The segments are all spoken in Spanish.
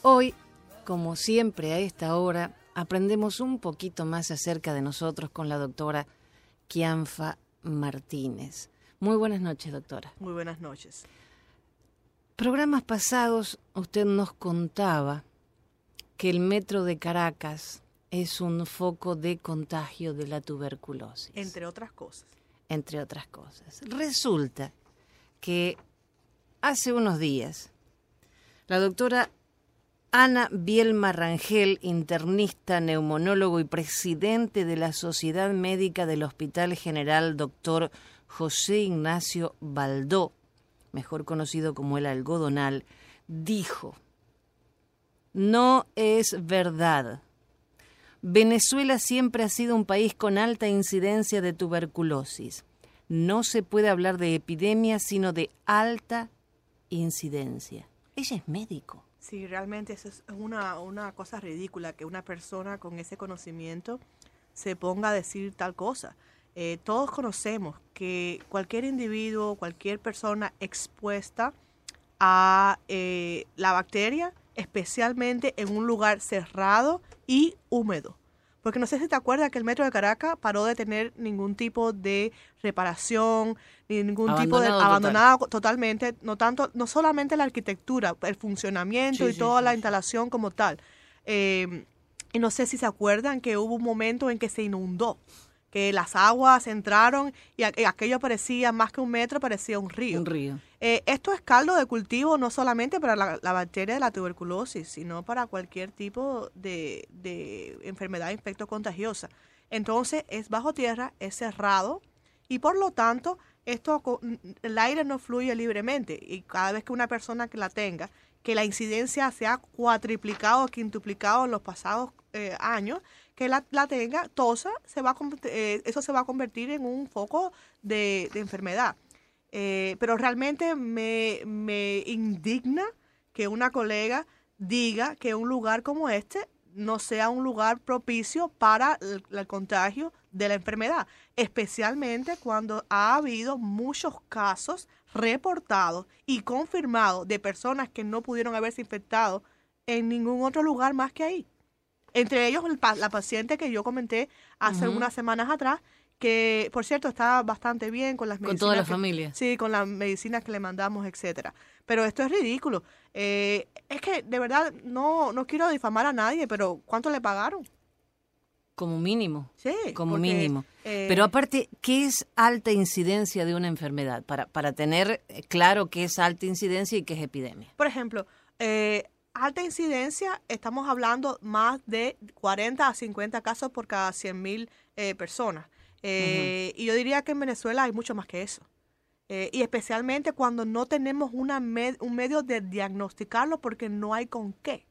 Hoy, como siempre a esta hora, aprendemos un poquito más acerca de nosotros con la doctora Kianfa Martínez. Muy buenas noches, doctora. Muy buenas noches. Programas pasados usted nos contaba que el metro de Caracas es un foco de contagio de la tuberculosis. Entre otras cosas. Entre otras cosas. Resulta que hace unos días la doctora Ana Bielma Rangel, internista, neumonólogo y presidente de la Sociedad Médica del Hospital General Dr. José Ignacio Baldó, mejor conocido como el Algodonal, dijo: no es verdad. Venezuela siempre ha sido un país con alta incidencia de tuberculosis. No se puede hablar de epidemia, sino de alta incidencia. Ella es médico. Sí, realmente eso es una cosa ridícula, que una persona con ese conocimiento se ponga a decir tal cosa. Todos conocemos que cualquier individuo, cualquier persona expuesta a la bacteria, especialmente en un lugar cerrado y húmedo. Porque no sé si te acuerdas que el metro de Caracas paró de tener ningún tipo de reparación, ni ningún tipo de abandonado totalmente, no solamente la arquitectura, el funcionamiento y toda la instalación como tal. Y no sé si se acuerdan que hubo un momento en que se inundó, que las aguas entraron y aquello parecía, más que un metro, parecía un río. Un río. Esto es caldo de cultivo no solamente para la bacteria de la tuberculosis, sino para cualquier tipo de enfermedad infectocontagiosa. Entonces, es bajo tierra, es cerrado y por lo tanto, el aire no fluye libremente. Y cada vez que una persona que la tenga, que la incidencia se ha cuatriplicado o quintuplicado en los pasados años, que la tenga, tosa, eso se va a convertir en un foco de enfermedad. Pero realmente me indigna que una colega diga que un lugar como este no sea un lugar propicio para el contagio de la enfermedad, especialmente cuando ha habido muchos casos reportados y confirmados de personas que no pudieron haberse infectado en ningún otro lugar más que ahí. Entre ellos la paciente que yo comenté hace unas semanas atrás, que por cierto está bastante bien con las medicinas. Con toda la familia. Sí, con las medicinas que le mandamos, etcétera. Pero esto es ridículo. Es que de verdad no quiero difamar a nadie, pero ¿cuánto le pagaron? Como mínimo. Sí. Como mínimo. Pero aparte, ¿qué es alta incidencia de una enfermedad? Para tener claro qué es alta incidencia y qué es epidemia. Por ejemplo, alta incidencia, estamos hablando más de 40 a 50 casos por cada 100,000 personas. Y yo diría que en Venezuela hay mucho más que eso. Y especialmente cuando no tenemos un medio de diagnosticarlo porque no hay con qué.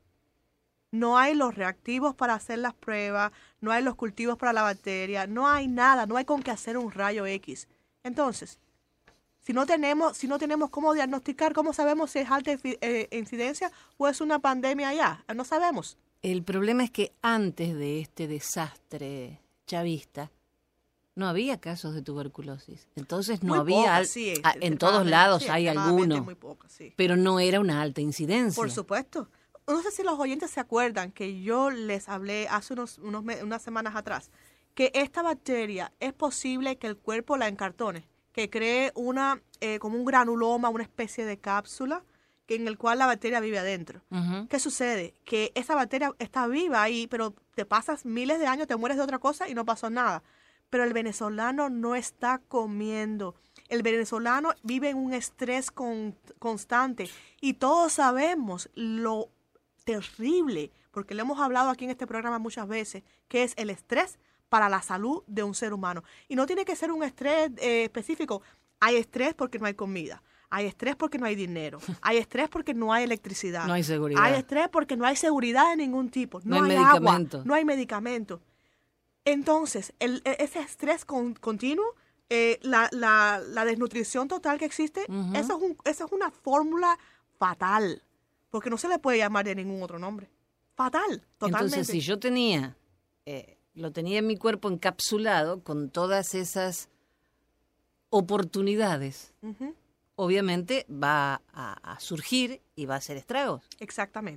No hay los reactivos para hacer las pruebas, no hay los cultivos para la bacteria, no hay nada, no hay con qué hacer un rayo X. Entonces, si no tenemos cómo diagnosticar, ¿cómo sabemos si es alta incidencia o es una pandemia ya? No sabemos. El problema es que antes de este desastre chavista, no había casos de tuberculosis. Entonces no muy había... Poca, sí, en todos lados hay alguno, muy poca, sí. pero no era una alta incidencia. Por supuesto. No sé si los oyentes se acuerdan que yo les hablé hace unas semanas atrás, que esta bacteria es posible que el cuerpo la encartone, que cree como un granuloma, una especie de cápsula, en el cual la bacteria vive adentro. ¿Qué sucede? Que esa bacteria está viva ahí, pero te pasas miles de años, te mueres de otra cosa y no pasó nada. Pero el venezolano no está comiendo. El venezolano vive en un estrés constante y todos sabemos lo terrible, porque lo hemos hablado aquí en este programa muchas veces, que es el estrés para la salud de un ser humano. Y no tiene que ser un estrés específico. Hay estrés porque no hay comida. Hay estrés porque no hay dinero. Hay estrés porque no hay electricidad. No hay seguridad. Hay estrés porque no hay seguridad de ningún tipo. No hay medicamento. Agua, no hay medicamento. Entonces, ese estrés continuo, la desnutrición total que existe, eso es una fórmula fatal. Porque no se le puede llamar de ningún otro nombre. Fatal, totalmente. Entonces, si yo lo tenía en mi cuerpo encapsulado con todas esas oportunidades, obviamente va a surgir y va a hacer estragos. Exactamente.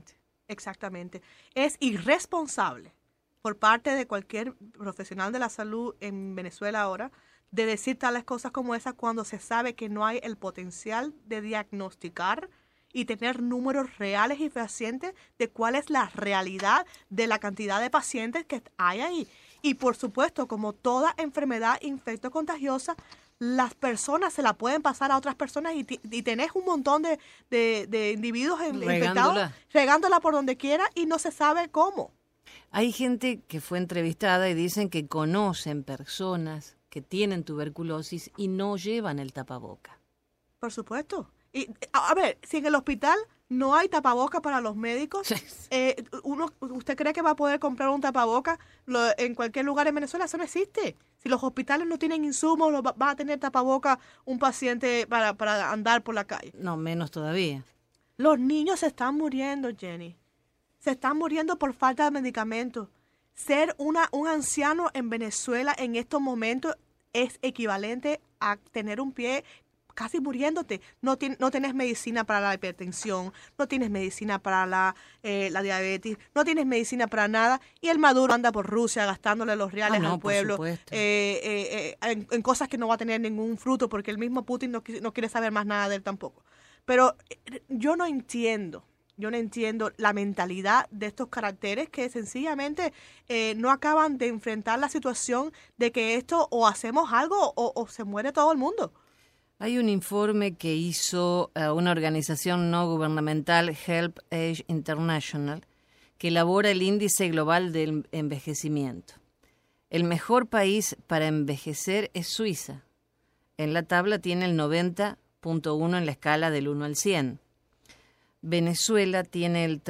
Exactamente. Es irresponsable por parte de cualquier profesional de la salud en Venezuela ahora de decir tales cosas como esas cuando se sabe que no hay el potencial de diagnosticar y tener números reales y fehacientes de cuál es la realidad de la cantidad de pacientes que hay ahí. Y por supuesto, como toda enfermedad infectocontagiosa, las personas se la pueden pasar a otras personas y tenés un montón de individuos infectados regándola por donde quiera y no se sabe cómo. Hay gente que fue entrevistada y dicen que conocen personas que tienen tuberculosis y no llevan el tapaboca. Por supuesto. Y a ver, si en el hospital no hay tapaboca para los médicos, ¿usted cree que va a poder comprar un tapaboca en cualquier lugar en Venezuela? Eso no existe. Si los hospitales no tienen insumos, va a tener tapaboca un paciente para andar por la calle. No, menos todavía. Los niños se están muriendo, Jenny. Se están muriendo por falta de medicamentos. Ser un anciano en Venezuela en estos momentos es equivalente a tener un pie casi muriéndote. No tienes medicina para la hipertensión, no tienes medicina para la diabetes, no tienes medicina para nada. Y el Maduro anda por Rusia gastándole los reales al pueblo en cosas que no va a tener ningún fruto porque el mismo Putin no quiere saber más nada de él tampoco. Pero yo no entiendo la mentalidad de estos caracteres que sencillamente no acaban de enfrentar la situación de que esto o hacemos algo o se muere todo el mundo. Hay un informe que hizo una organización no gubernamental, Help Age International, que elabora el índice global del envejecimiento. El mejor país para envejecer es Suiza. En la tabla tiene el 90.1 en la escala del 1 al 100. Venezuela tiene el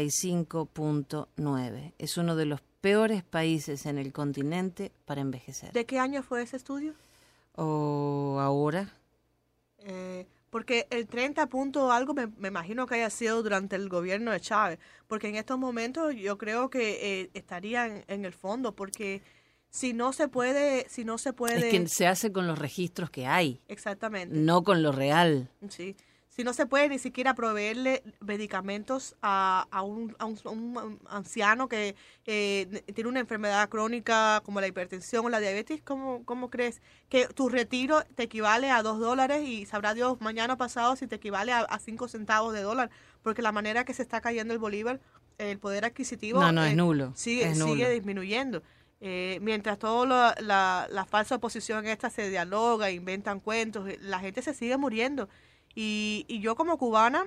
35.9. Es uno de los peores países en el continente para envejecer. ¿De qué año fue ese estudio? ¿O ahora? Porque el 30 punto algo me imagino que haya sido durante el gobierno de Chávez, porque en estos momentos yo creo que estarían en el fondo, porque si no se puede... Es que se hace con los registros que hay. Exactamente. No con lo real. Sí. Si no se puede ni siquiera proveerle medicamentos a un anciano que tiene una enfermedad crónica como la hipertensión o la diabetes, ¿cómo crees que tu retiro te equivale a $2 y sabrá Dios mañana pasado si te equivale a 5 centavos de dólar? Porque la manera que se está cayendo el bolívar, el poder adquisitivo es nulo. Sigue disminuyendo. Mientras toda la falsa oposición esta se dialoga, inventan cuentos, la gente se sigue muriendo. Y yo como cubana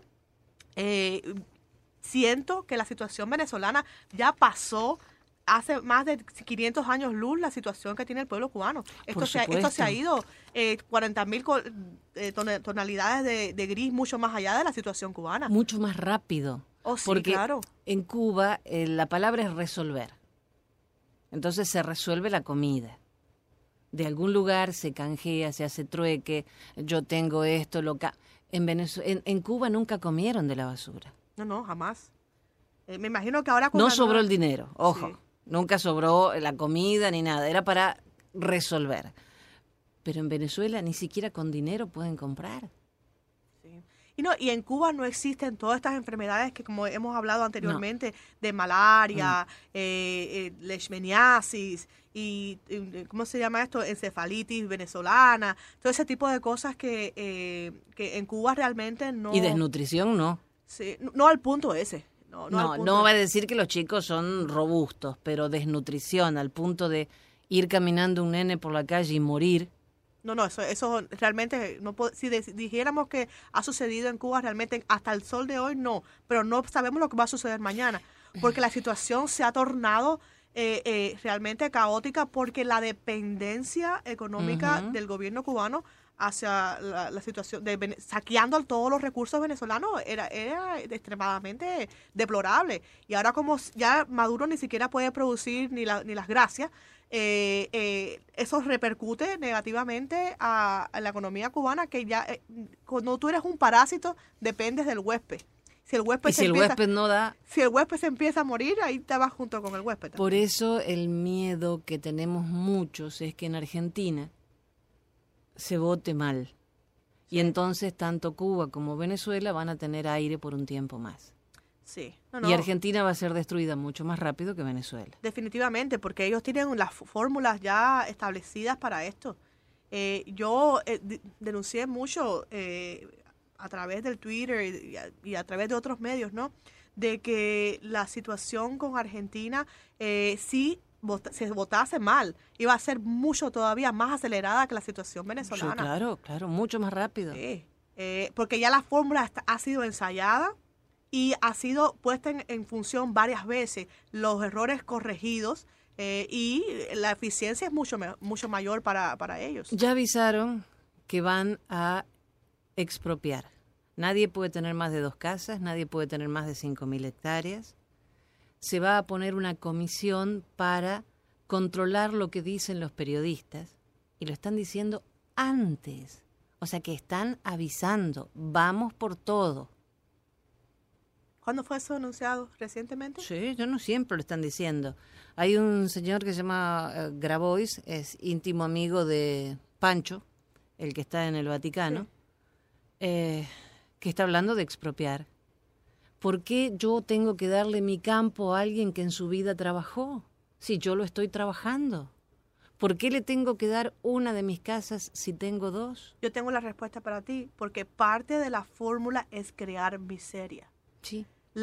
siento que la situación venezolana ya pasó hace más de 500 años luz la situación que tiene el pueblo cubano. Esto se ha ido 40.000 tonalidades de gris mucho más allá de la situación cubana. Mucho más rápido. Oh, sí, porque claro. En Cuba la palabra es resolver. Entonces se resuelve la comida. De algún lugar se canjea, se hace trueque, yo tengo esto, en Cuba nunca comieron de la basura. No, jamás. Me imagino que ahora... No sobró el dinero, ojo. Sí. Nunca sobró la comida ni nada, era para resolver. Pero en Venezuela ni siquiera con dinero pueden comprar. Sí. Y en Cuba no existen todas estas enfermedades que, como hemos hablado anteriormente, de malaria, leishmaniasis y ¿cómo se llama esto? Encefalitis venezolana, todo ese tipo de cosas que en Cuba realmente no... Y desnutrición no. Sí, no al punto ese. No va a decir que los chicos son robustos, pero desnutrición al punto de ir caminando un nene por la calle y morir. No, eso realmente, si dijéramos que ha sucedido en Cuba, realmente hasta el sol de hoy no, pero no sabemos lo que va a suceder mañana, porque la situación se ha tornado realmente caótica, porque la dependencia económica del gobierno cubano hacia la situación, saqueando todos los recursos venezolanos, era extremadamente deplorable. Y ahora como ya Maduro ni siquiera puede producir ni las gracias, eso repercute negativamente a la economía cubana, que ya cuando tú eres un parásito dependes del huésped. Si el huésped no da... Si el huésped se empieza a morir, ahí te vas junto con el huésped también. Por eso el miedo que tenemos muchos es que en Argentina se vote mal. Y entonces tanto Cuba como Venezuela van a tener aire por un tiempo más. Sí. Y Argentina va a ser destruida mucho más rápido que Venezuela. Definitivamente, porque ellos tienen las fórmulas ya establecidas para esto. Yo denuncié mucho a través del Twitter y a través de otros medios, ¿no? De que la situación con Argentina, si se votase mal, iba a ser mucho todavía más acelerada que la situación venezolana. Sí, claro, mucho más rápido. Sí, porque ya la fórmula ha sido ensayada y ha sido puesta en función varias veces, los errores corregidos, y la eficiencia es mucho mayor para ellos. Ya avisaron que van a expropiar. Nadie puede tener más de 2 casas, nadie puede tener más de 5.000 hectáreas. Se va a poner una comisión para controlar lo que dicen los periodistas, y lo están diciendo antes. O sea que están avisando, vamos por todo. ¿Cuándo fue eso anunciado? ¿Recientemente? Sí, yo no siempre lo están diciendo. Hay un señor que se llama Grabois, es íntimo amigo de Pancho, el que está en el Vaticano, sí, que está hablando de expropiar. ¿Por qué yo tengo que darle mi campo a alguien que en su vida trabajó? Si yo lo estoy trabajando. ¿Por qué le tengo que dar una de mis casas si tengo 2? Yo tengo la respuesta para ti, porque parte de la fórmula es crear miseria. Sí.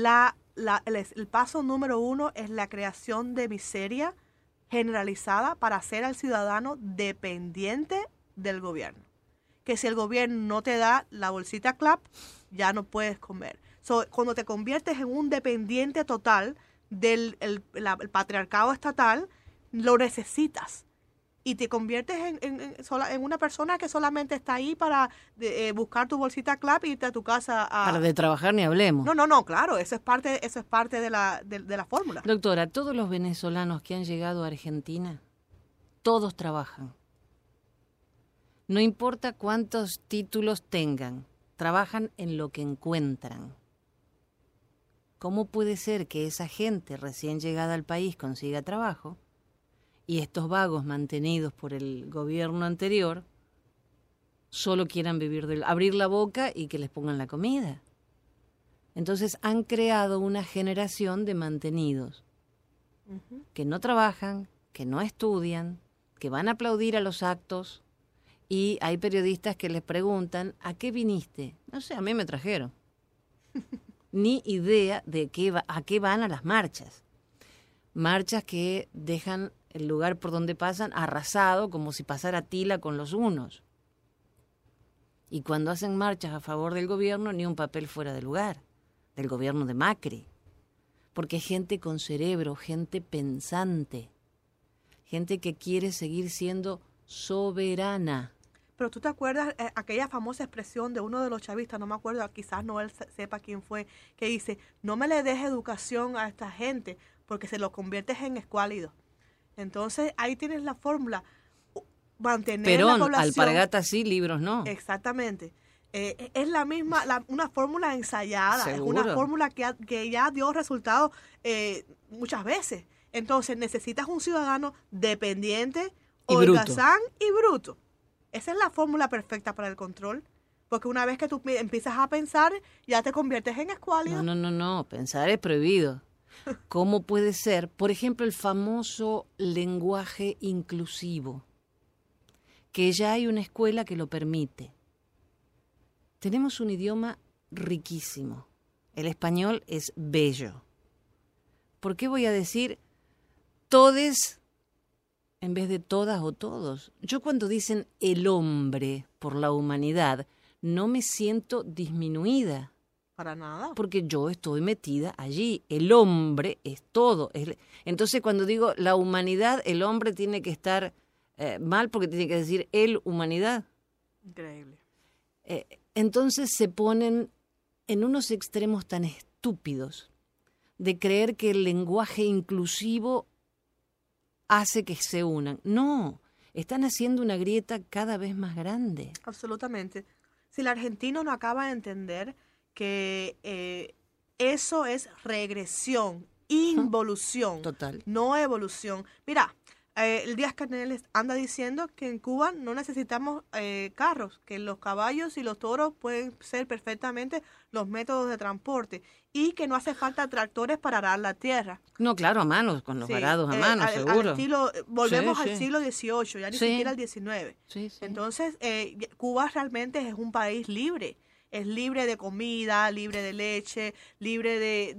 El paso número 1 es la creación de miseria generalizada para hacer al ciudadano dependiente del gobierno. Que si el gobierno no te da la bolsita CLAP, ya no puedes comer. Cuando te conviertes en un dependiente total del el patriarcado estatal, lo necesitas. Y te conviertes en una persona que solamente está ahí para buscar tu bolsita CLAP y irte a tu casa a... Para de trabajar ni hablemos. No, claro, eso es parte de la fórmula. Doctora, todos los venezolanos que han llegado a Argentina, todos trabajan. No importa cuántos títulos tengan, trabajan en lo que encuentran. ¿Cómo puede ser que esa gente recién llegada al país consiga trabajo y estos vagos mantenidos por el gobierno anterior solo quieran abrir la boca y que les pongan la comida? Entonces han creado una generación de mantenidos que no trabajan, que no estudian, que van a aplaudir a los actos, y hay periodistas que les preguntan, ¿a qué viniste? No sé, a mí me trajeron. Ni idea de a qué van a las marchas. Marchas que dejan el lugar por donde pasan arrasado, como si pasara tila con los unos. Y cuando hacen marchas a favor del gobierno, ni un papel fuera de lugar, del gobierno de Macri. Porque es gente con cerebro, gente pensante, gente que quiere seguir siendo soberana. Pero tú te acuerdas aquella famosa expresión de uno de los chavistas, no me acuerdo, quizás no él sepa quién fue, que dice, no me le des educación a esta gente porque se lo conviertes en escuálido. Entonces ahí tienes la fórmula, mantener Perón, la población. alpargatas sí, libros no. Exactamente. Es la misma, una fórmula ensayada, ¿Seguro? Es una fórmula que ya dio resultados muchas veces. Entonces necesitas un ciudadano dependiente, holgazán y bruto. Esa es la fórmula perfecta para el control, porque una vez que tú empiezas a pensar, ya te conviertes en escuálido. No, pensar es prohibido. ¿Cómo puede ser? Por ejemplo, el famoso lenguaje inclusivo, que ya hay una escuela que lo permite. Tenemos un idioma riquísimo. El español es bello. ¿Por qué voy a decir todes en vez de todas o todos? Yo cuando dicen el hombre por la humanidad, no me siento disminuida. Para nada. Porque yo estoy metida allí. El hombre es todo. Entonces cuando digo la humanidad, el hombre tiene que estar mal porque tiene que decir el humanidad. Increíble. Entonces se ponen en unos extremos tan estúpidos de creer que el lenguaje inclusivo hace que se unan. No, están haciendo una grieta cada vez más grande. Absolutamente. Si el argentino no acaba de entender que eso es regresión, involución, Total. no evolución. Mira, el Díaz-Canel anda diciendo que en Cuba no necesitamos carros, que los caballos y los toros pueden ser perfectamente los métodos de transporte y que no hace falta tractores para arar la tierra. No, claro, a mano, con los arados a mano, seguro. Volvemos Sí, al sí. siglo XVIII, ya ni Sí. siquiera al XIX. Sí, sí. Entonces, Cuba realmente es un país libre. Es libre de comida, libre de leche, libre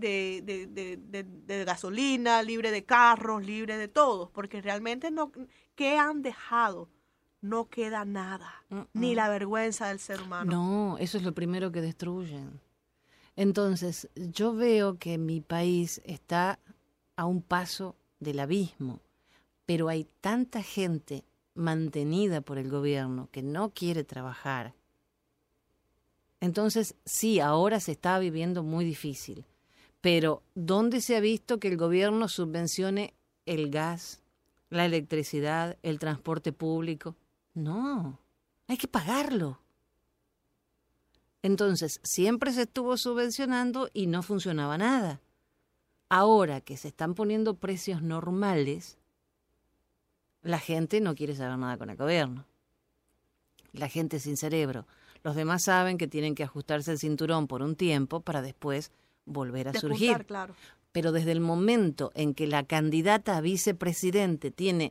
de gasolina, libre de carros, libre de todo. Porque realmente no, ¿qué han dejado? No queda nada, ni la vergüenza del ser humano. No, eso es lo primero que destruyen. Entonces, yo veo que mi país está a un paso del abismo, pero hay tanta gente mantenida por el gobierno que no quiere trabajar. Entonces, sí, ahora se está viviendo muy difícil, pero ¿dónde se ha visto que el gobierno subvencione el gas, la electricidad, el transporte público? No, hay que pagarlo. Entonces, siempre se estuvo subvencionando y no funcionaba nada. Ahora que se están poniendo precios normales, la gente no quiere saber nada con el gobierno. La gente sin cerebro. Los demás saben que tienen que ajustarse el cinturón por un tiempo para después volver a surgir. Claro. Pero desde el momento en que la candidata a vicepresidente tiene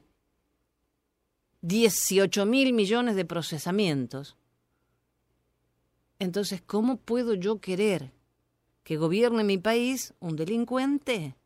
18.000 millones de procesamientos, entonces, ¿cómo puedo yo querer que gobierne mi país un delincuente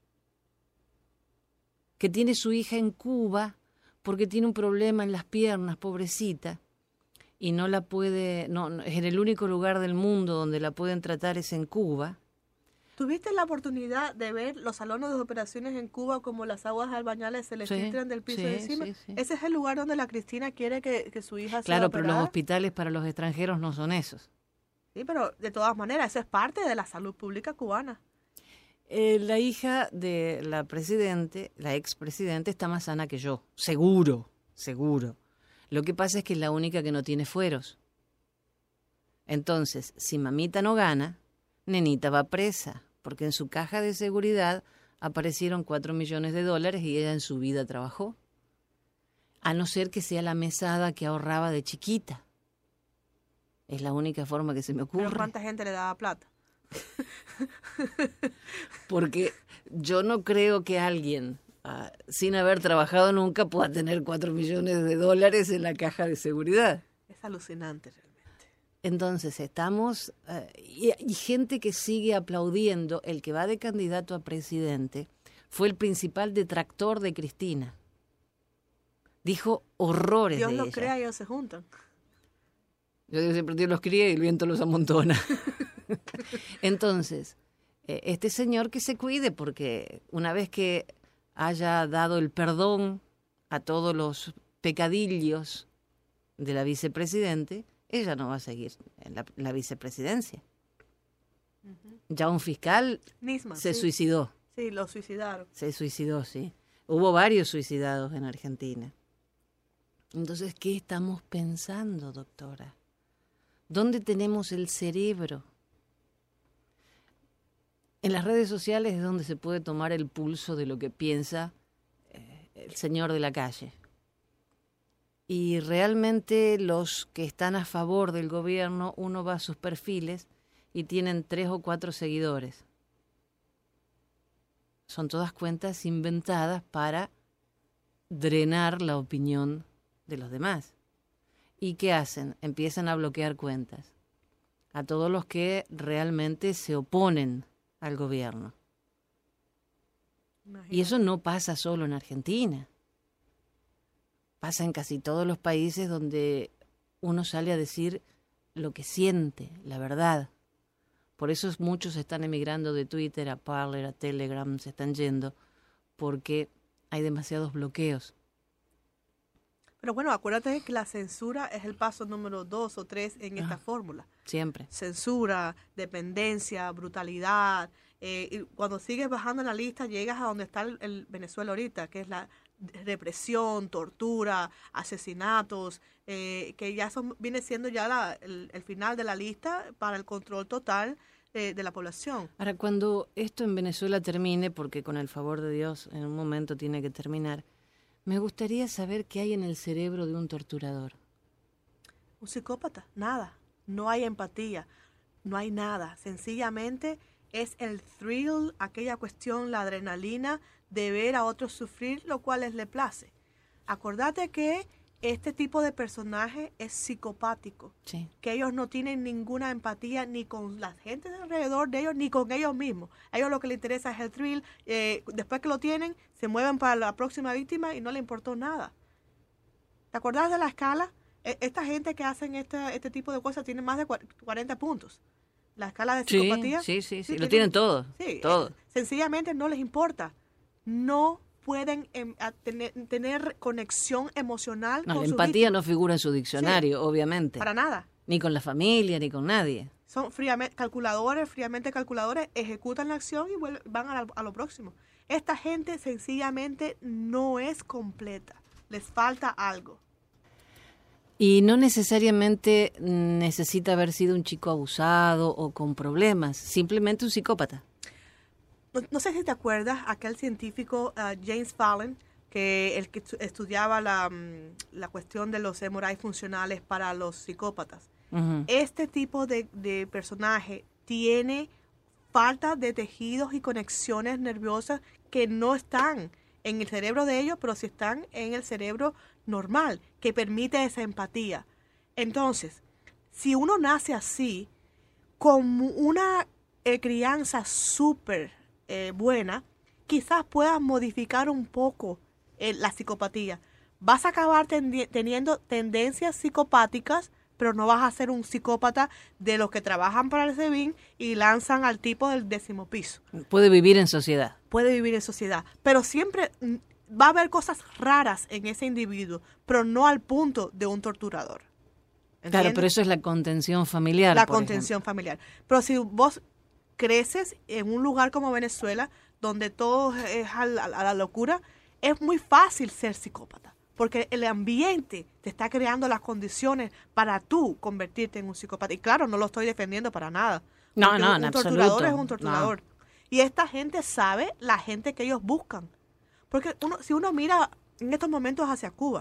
que tiene su hija en Cuba porque tiene un problema en las piernas, pobrecita, y no la puede, no, es en el único lugar del mundo donde la pueden tratar es en Cuba? ¿Tuviste la oportunidad de ver los salones de operaciones en Cuba como las aguas albañales se les filtran del piso de encima? Sí. Ese es el lugar donde la Cristina quiere que su hija sea Claro, pero operada. los hospitales para los extranjeros no son esos. Sí, pero de todas maneras, eso es parte de la salud pública cubana. La hija de la expresidente, está más sana que yo. Seguro. Lo que pasa es que es la única que no tiene fueros. Entonces, si mamita no gana, nenita va presa, porque en su caja de seguridad aparecieron $4 millones y ella en su vida trabajó. A no ser que sea la mesada que ahorraba de chiquita. Es la única forma que se me ocurre. ¿Pero cuánta gente le daba plata? Porque yo no creo que alguien, sin haber trabajado nunca, pueda tener $4 millones en la caja de seguridad. Es alucinante realmente. Entonces estamos, y gente que sigue aplaudiendo. El que va de candidato a presidente fue el principal detractor de Cristina. Dijo horrores Dios de los ella. crea y ellos se juntan. Yo digo siempre, Dios los cría y el viento los amontona. Entonces, este señor que se cuide, porque una vez que haya dado el perdón a todos los pecadillos de la vicepresidente, ella no va a seguir en la vicepresidencia. Ya un fiscal Nisman, se sí. suicidó. Sí, lo suicidaron. Se suicidó, sí. Hubo varios suicidados en Argentina. Entonces, ¿qué estamos pensando, doctora? ¿Dónde tenemos el cerebro? En las redes sociales es donde se puede tomar el pulso de lo que piensa el señor de la calle. Y realmente los que están a favor del gobierno, uno va a sus perfiles y tienen 3 o 4 seguidores. Son todas cuentas inventadas para drenar la opinión de los demás. ¿Y qué hacen? Empiezan a bloquear cuentas a todos los que realmente se oponen al gobierno. Imagínate. Y eso no pasa solo en Argentina. Pasa en casi todos los países donde uno sale a decir lo que siente, la verdad. Por eso muchos están emigrando de Twitter a Parler, a Telegram, se están yendo, porque hay demasiados bloqueos. Pero bueno, acuérdate que la censura es el paso número 2 o 3 en esta fórmula. Siempre. Censura, dependencia, brutalidad. Y cuando sigues bajando en la lista, llegas a donde está el Venezuela ahorita, que es la represión, tortura, asesinatos, que ya viene siendo ya el final de la lista para el control total de la población. Ahora, cuando esto en Venezuela termine, porque con el favor de Dios en un momento tiene que terminar, Me gustaría saber qué hay en el cerebro de un torturador. Un psicópata, nada. No hay empatía, no hay nada. Sencillamente es el thrill, aquella cuestión, la adrenalina de ver a otros sufrir, lo cual les place. Acordate que este tipo de personaje es psicopático, Sí. que ellos no tienen ninguna empatía ni con la gente alrededor de ellos, ni con ellos mismos. A ellos lo que les interesa es el thrill. Después que lo tienen, se mueven para la próxima víctima y no les importó nada. ¿Te acordás de la escala? Esta gente que hacen este tipo de cosas tiene más de 40 puntos. La escala de psicopatía. Sí. Lo tienen todo. Sí, todo. Sencillamente no les importa. No pueden tener conexión emocional No, con la su empatía víctima. no figura en su diccionario, obviamente. Para nada. Ni con la familia, ni con nadie. Son fríamente calculadores, ejecutan la acción y van a lo próximo. Esta gente sencillamente no es completa. Les falta algo. Y no necesariamente necesita haber sido un chico abusado o con problemas, simplemente un psicópata. No sé si te acuerdas, aquel científico James Fallon, el que estudiaba la cuestión de los MRI funcionales para los psicópatas. Uh-huh. Este tipo de personaje tiene falta de tejidos y conexiones nerviosas que no están en el cerebro de ellos, pero sí están en el cerebro normal, que permite esa empatía. Entonces, si uno nace así, con una crianza súper buena, quizás puedas modificar un poco la psicopatía. Vas a acabar teniendo tendencias psicopáticas, pero no vas a ser un psicópata de los que trabajan para el SEBIN y lanzan al tipo del 10º piso. Puede vivir en sociedad. Puede vivir en sociedad, pero siempre va a haber cosas raras en ese individuo, pero no al punto de un torturador. ¿Entiendes? Claro, pero eso es la contención familiar. La por contención familiar. Pero si vos creces en un lugar como Venezuela, donde todo es a la locura, es muy fácil ser psicópata, porque el ambiente te está creando las condiciones para tú convertirte en un psicópata. Y claro, no lo estoy defendiendo para nada. No, Porque no, un en torturador absoluto. es un torturador. No. Y esta gente sabe la gente que ellos buscan. Porque si uno mira en estos momentos hacia Cuba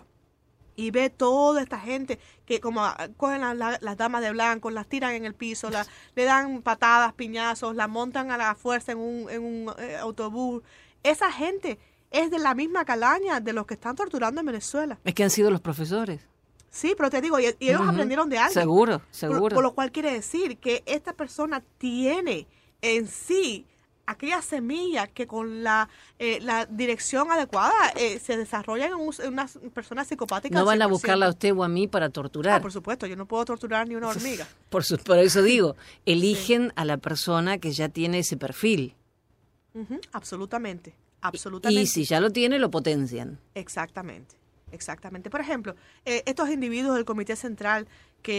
y ve toda esta gente que como cogen las damas de blanco, las tiran en el piso, le dan patadas, piñazos, la montan a la fuerza en un autobús. Esa gente es de la misma calaña de los que están torturando en Venezuela. Es que han sido los profesores. Sí, pero te digo, y ellos aprendieron de alguien. Seguro. Por lo cual quiere decir que esta persona tiene en sí aquella semilla que con la dirección adecuada se desarrollan en unas personas psicopáticas. No van 100%. a buscarla a usted o a mí para torturar. Por supuesto, yo no puedo torturar ni una hormiga. Por eso digo, eligen a la persona que ya tiene ese perfil. Absolutamente. Y si ya lo tiene, lo potencian. Exactamente. Por ejemplo, estos individuos del Comité Central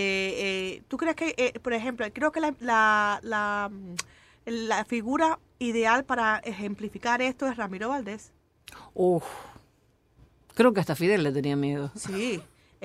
que ¿tú crees que, por ejemplo, creo que la figura ideal para ejemplificar esto es Ramiro Valdés? Creo que hasta Fidel le tenía miedo. Sí.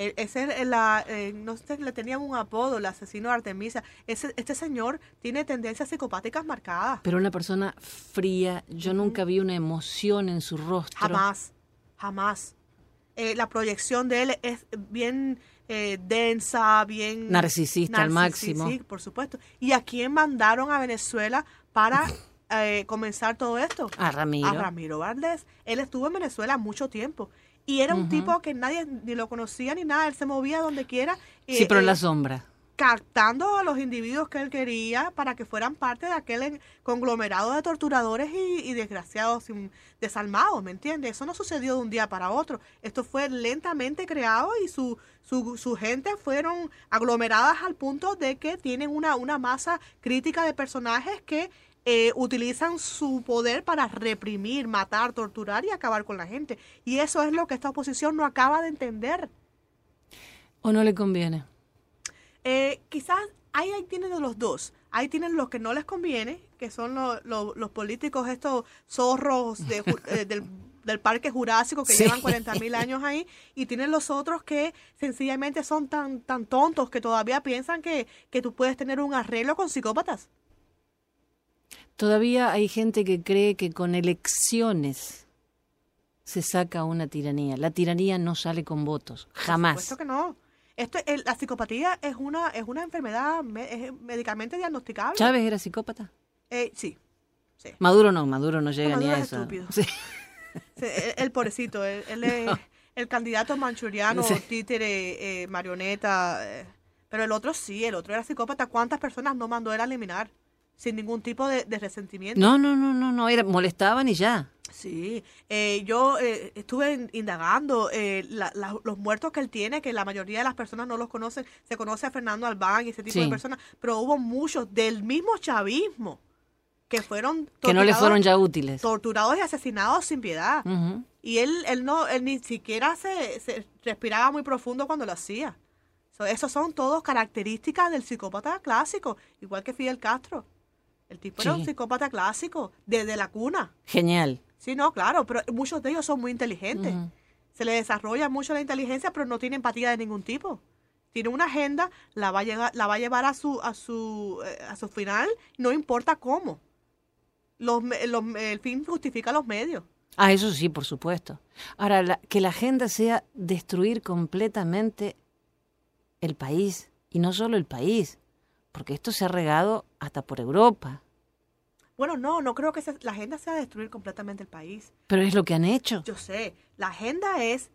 No sé, le tenían un apodo, el asesino de Artemisa. Este señor tiene tendencias psicopáticas marcadas. Pero una persona fría, yo nunca vi una emoción en su rostro. Jamás. La proyección de él es bien densa, bien... Narcisista al máximo. Sí, por supuesto. ¿Y a quién mandaron a Venezuela para comenzar todo esto? A Ramiro. A Ramiro Valdés. Él estuvo en Venezuela mucho tiempo. Y era un tipo que nadie ni lo conocía ni nada. Él se movía donde quiera. Sí, pero en la sombra. Captando a los individuos que él quería para que fueran parte de aquel conglomerado de torturadores y desgraciados desalmados, ¿me entiendes? Eso no sucedió de un día para otro. Esto fue lentamente creado y su gente fueron aglomeradas al punto de que tienen una masa crítica de personajes que utilizan su poder para reprimir, matar, torturar y acabar con la gente. Y eso es lo que esta oposición no acaba de entender. ¿O no le conviene? Quizás ahí tienen los dos. Ahí tienen los que no les conviene, que son los políticos, estos zorros del Parque Jurásico que llevan 40.000 años ahí, y tienen los otros que sencillamente son tan tontos que todavía piensan que tú puedes tener un arreglo con psicópatas. Todavía hay gente que cree que con elecciones se saca una tiranía. La tiranía no sale con votos, jamás. Por supuesto que no. La psicopatía es una enfermedad médicamente diagnosticable. ¿Chávez era psicópata? Sí. Maduro no llega ni a es eso. Estúpido. Sí. Sí, el pobrecito, él es No. el candidato manchuriano, Sí. títere, marioneta. Pero el otro era psicópata. ¿Cuántas personas no mandó él a eliminar? Sin ningún tipo de resentimiento. No, molestaban y ya. Sí, yo estuve indagando los muertos que él tiene, que la mayoría de las personas no los conocen. Se conoce a Fernando Albán y ese tipo de personas, pero hubo muchos del mismo chavismo que fueron que no le fueron ya útiles. Torturados y asesinados sin piedad. Uh-huh. Y él ni siquiera se respiraba muy profundo cuando lo hacía. Esos son todos características del psicópata clásico, igual que Fidel Castro. El tipo era un psicópata clásico, desde la cuna. Genial. Sí, no, claro, pero muchos de ellos son muy inteligentes. Uh-huh. Se les desarrolla mucho la inteligencia, pero no tiene empatía de ningún tipo. Tiene una agenda, la va a llevar a su final, no importa cómo. El fin justifica los medios. Ah, eso sí, por supuesto. Ahora, que la agenda sea destruir completamente el país, y no solo el país, porque esto se ha regado hasta por Europa. Bueno, no creo que la agenda sea destruir completamente el país. Pero es lo que han hecho. Yo sé, la agenda es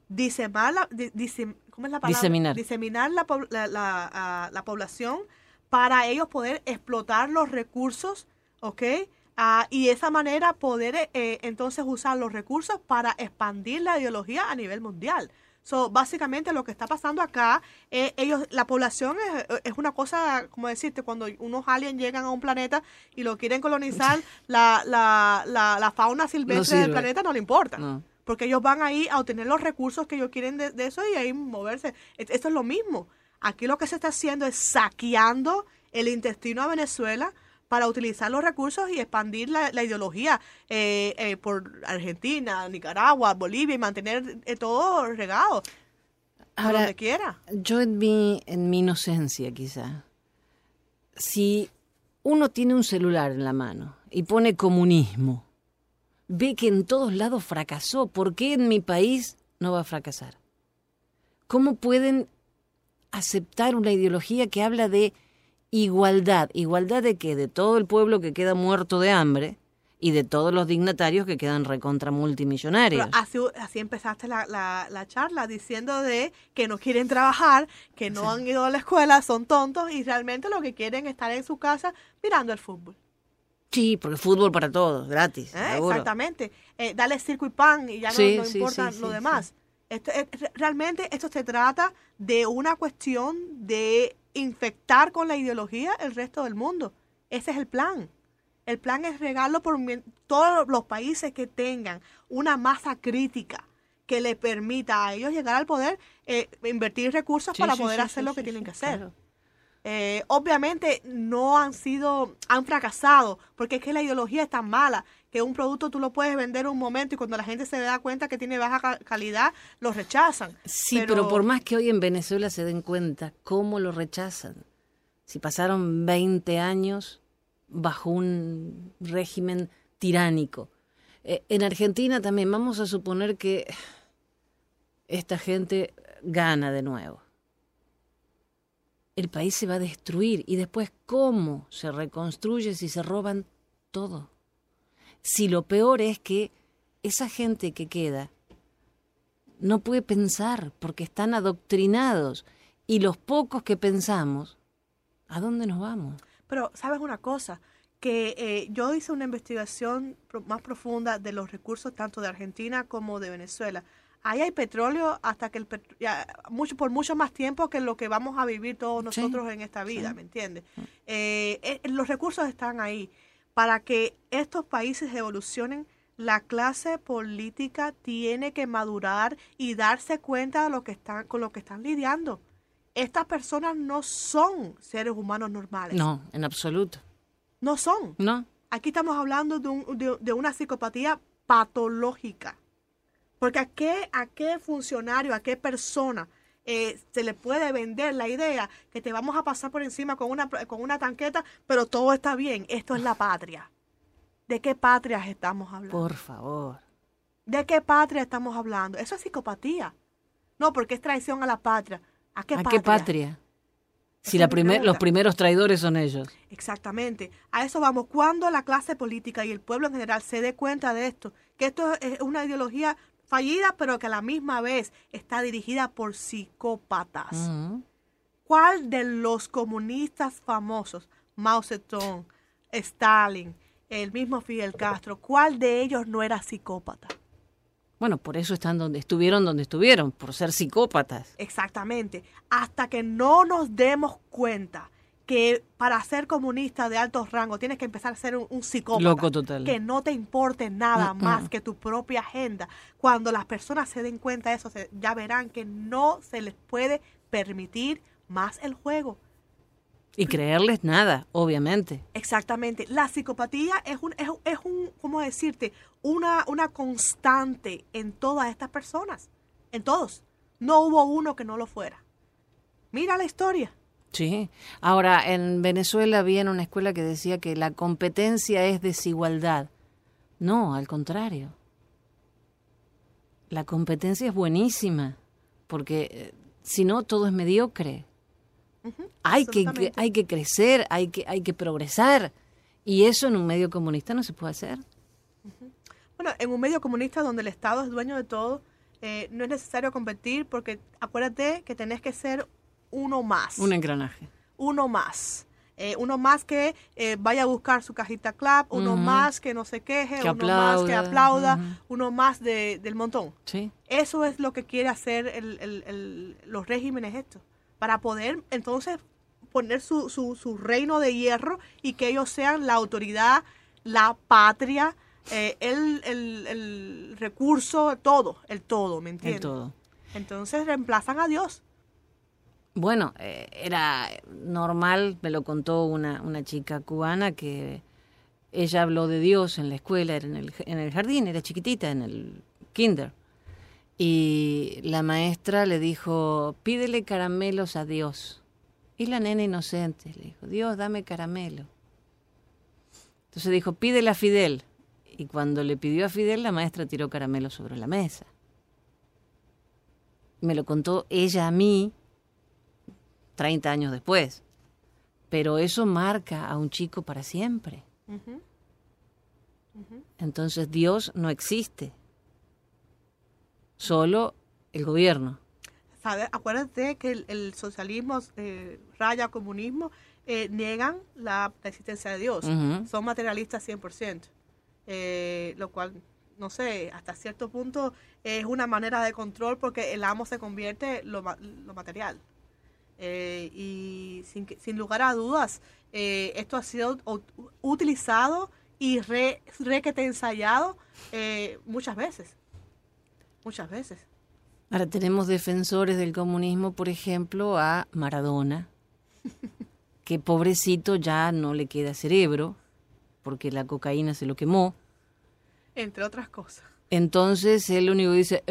¿cómo es la palabra? Diseminar la población para ellos poder explotar los recursos, ¿ok? Y de esa manera poder entonces usar los recursos para expandir la ideología a nivel mundial. Básicamente lo que está pasando acá, la población es una cosa, como decirte, cuando unos aliens llegan a un planeta y lo quieren colonizar, la fauna silvestre del planeta no le importa. No. Porque ellos van ahí a obtener los recursos que ellos quieren de eso y ahí moverse. Esto es lo mismo. Aquí lo que se está haciendo es saqueando el intestino a Venezuela para utilizar los recursos y expandir la ideología por Argentina, Nicaragua, Bolivia y mantener todo regado ahora, donde quiera. Yo en mi inocencia quizá, si uno tiene un celular en la mano y pone comunismo, ve que en todos lados fracasó, ¿por qué en mi país no va a fracasar? ¿Cómo pueden aceptar una ideología que habla de igualdad? ¿Igualdad de qué? De todo el pueblo que queda muerto de hambre y de todos los dignatarios que quedan recontra multimillonarios. Pero así empezaste la charla, diciendo de que no quieren trabajar, que no han ido a la escuela, son tontos y realmente lo que quieren es estar en su casa mirando el fútbol. Sí, porque fútbol para todos, gratis. Exactamente. Dale circo y pan y ya no importa lo demás. Sí. Realmente esto se trata de una cuestión de infectar con la ideología el resto del mundo. Ese es el plan. El plan es regarlo por todos los países que tengan una masa crítica que le permita a ellos llegar al poder, invertir recursos para poder hacer lo que tienen que hacer. Claro. Obviamente han fracasado, porque es que la ideología es tan mala que un producto tú lo puedes vender un momento y cuando la gente se da cuenta que tiene baja calidad, lo rechazan. Sí, pero por más que hoy en Venezuela se den cuenta cómo lo rechazan, si pasaron 20 años bajo un régimen tiránico. En Argentina también vamos a suponer que esta gente gana de nuevo. El país se va a destruir y después ¿cómo se reconstruye si se roban todo? Si lo peor es que esa gente que queda no puede pensar porque están adoctrinados y los pocos que pensamos, ¿a dónde nos vamos? Pero, ¿sabes una cosa? Que yo hice una investigación más profunda de los recursos tanto de Argentina como de Venezuela. Ahí hay petróleo hasta que por mucho más tiempo que lo que vamos a vivir todos nosotros en esta vida, ¿me entiendes? Los recursos están ahí. Para que estos países evolucionen, la clase política tiene que madurar y darse cuenta de con lo que están lidiando. Estas personas no son seres humanos normales. No, en absoluto. No son. No. Aquí estamos hablando de una psicopatía patológica. Porque ¿a qué funcionario, a qué persona se le puede vender la idea que te vamos a pasar por encima con una tanqueta, pero todo está bien? Esto es la patria. ¿De qué patrias estamos hablando? Por favor. ¿De qué patria estamos hablando? Eso es psicopatía. No, porque es traición a la patria. ¿A qué ¿A patria? qué patria? Si Esa es mi los pregunta. primeros traidores son ellos. Exactamente. A eso vamos. Cuando la clase política y el pueblo en general se dé cuenta de esto, que esto es una ideología fallida, pero que a la misma vez está dirigida por psicópatas. Ujú. ¿Cuál de los comunistas famosos, Mao Zedong, Stalin, el mismo Fidel Castro, cuál de ellos no era psicópata? Bueno, por eso están donde estuvieron, por ser psicópatas. Exactamente. Hasta que no nos demos cuenta que para ser comunista de altos rangos tienes que empezar a ser un psicópata. Loco total. Que no te importe nada más que tu propia agenda. Cuando las personas se den cuenta de eso, ya verán que no se les puede permitir más el juego. Y creerles nada, obviamente. Exactamente. La psicopatía es un ¿cómo decirte? Una constante en todas estas personas. En todos. No hubo uno que no lo fuera. Mira la historia. Sí. Ahora, en Venezuela había en una escuela que decía que la competencia es desigualdad. No, al contrario. La competencia es buenísima, porque si no, todo es mediocre. Ujú, Hay absolutamente. que crecer, hay que progresar. Y eso en un medio comunista no se puede hacer. Bueno, en un medio comunista donde el Estado es dueño de todo, no es necesario competir porque acuérdate que tenés que ser uno más. Un engranaje. Uno más. Uno más que vaya a buscar su cajita clap, uno más que no se queje, Que uno más que aplauda, Ujú. uno más del montón. Sí. Eso es lo que quiere hacer los regímenes estos, para poder entonces poner su reino de hierro y que ellos sean la autoridad, la patria, el recurso, el todo, ¿me entiendes? El todo. Entonces reemplazan a Dios. Bueno, era normal, me lo contó una chica cubana, que ella habló de Dios en la escuela, era en el jardín, era chiquitita, en el kinder. Y la maestra le dijo, pídele caramelos a Dios. Y la nena inocente le dijo, Dios, dame caramelo. Entonces dijo, pídele a Fidel. Y cuando le pidió a Fidel, la maestra tiró caramelos sobre la mesa. Me lo contó ella a mí 30 años después. Pero eso marca a un chico para siempre. Ujú. Ujú. Entonces Dios no existe. Solo el gobierno. ¿Sabes? Acuérdate que el socialismo raya comunismo, niegan la existencia de Dios. Ujú. Son materialistas 100%. Lo cual, no sé, hasta cierto punto es una manera de control porque el amo se convierte en lo material. Y sin lugar a dudas, esto ha sido utilizado y requete ensayado muchas veces. Muchas veces. Ahora tenemos defensores del comunismo, por ejemplo, a Maradona, que pobrecito ya no le queda cerebro, porque la cocaína se lo quemó. Entre otras cosas. Entonces él lo único que dice,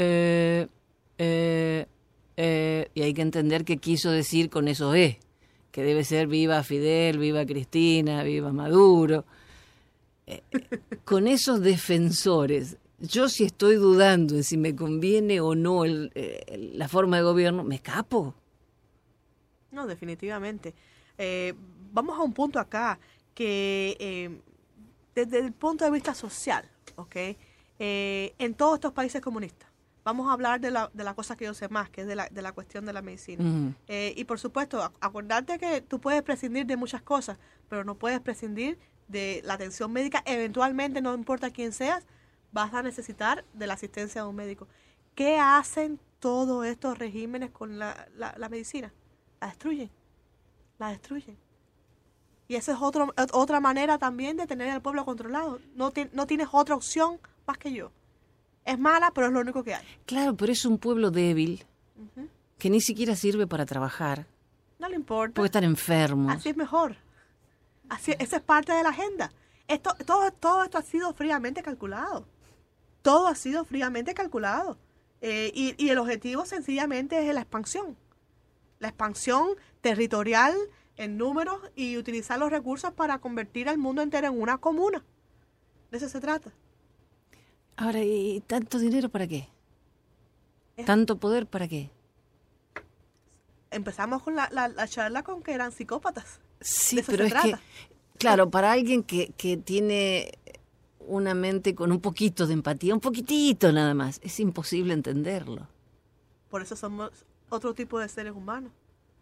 y hay que entender qué quiso decir con eso que debe ser viva Fidel, viva Cristina, viva Maduro. Con esos defensores, yo si estoy dudando en si me conviene o no la forma de gobierno, me escapo. No, definitivamente. Vamos a un punto acá que desde el punto de vista social, ¿ok? En todos estos países comunistas, vamos a hablar de la cosa que yo sé más, que es de la cuestión de la medicina. Ujú. Y por supuesto, acordarte que tú puedes prescindir de muchas cosas, pero no puedes prescindir de la atención médica. Eventualmente, no importa quién seas, vas a necesitar de la asistencia de un médico. ¿Qué hacen todos estos regímenes con la medicina? La destruyen. La destruyen. Y esa es otra manera también de tener al pueblo controlado. No tienes otra opción más que yo. Es mala, pero es lo único que hay. Claro, pero es un pueblo débil Ujú. que ni siquiera sirve para trabajar, No le importa. porque están enfermos. Así es mejor. Esa es parte de la agenda. Todo esto ha sido fríamente calculado. Todo ha sido fríamente calculado. Y el objetivo sencillamente es la expansión. La expansión territorial en números y utilizar los recursos para convertir al mundo entero en una comuna. De eso se trata. Ahora, ¿y tanto dinero para qué? Es- ¿Tanto poder para qué? Empezamos con la charla con que eran psicópatas. Sí, De eso pero se es que, trata. claro, para alguien que tiene una mente con un poquito de empatía, un poquitito nada más, es imposible entenderlo. Por eso somos otro tipo de seres humanos.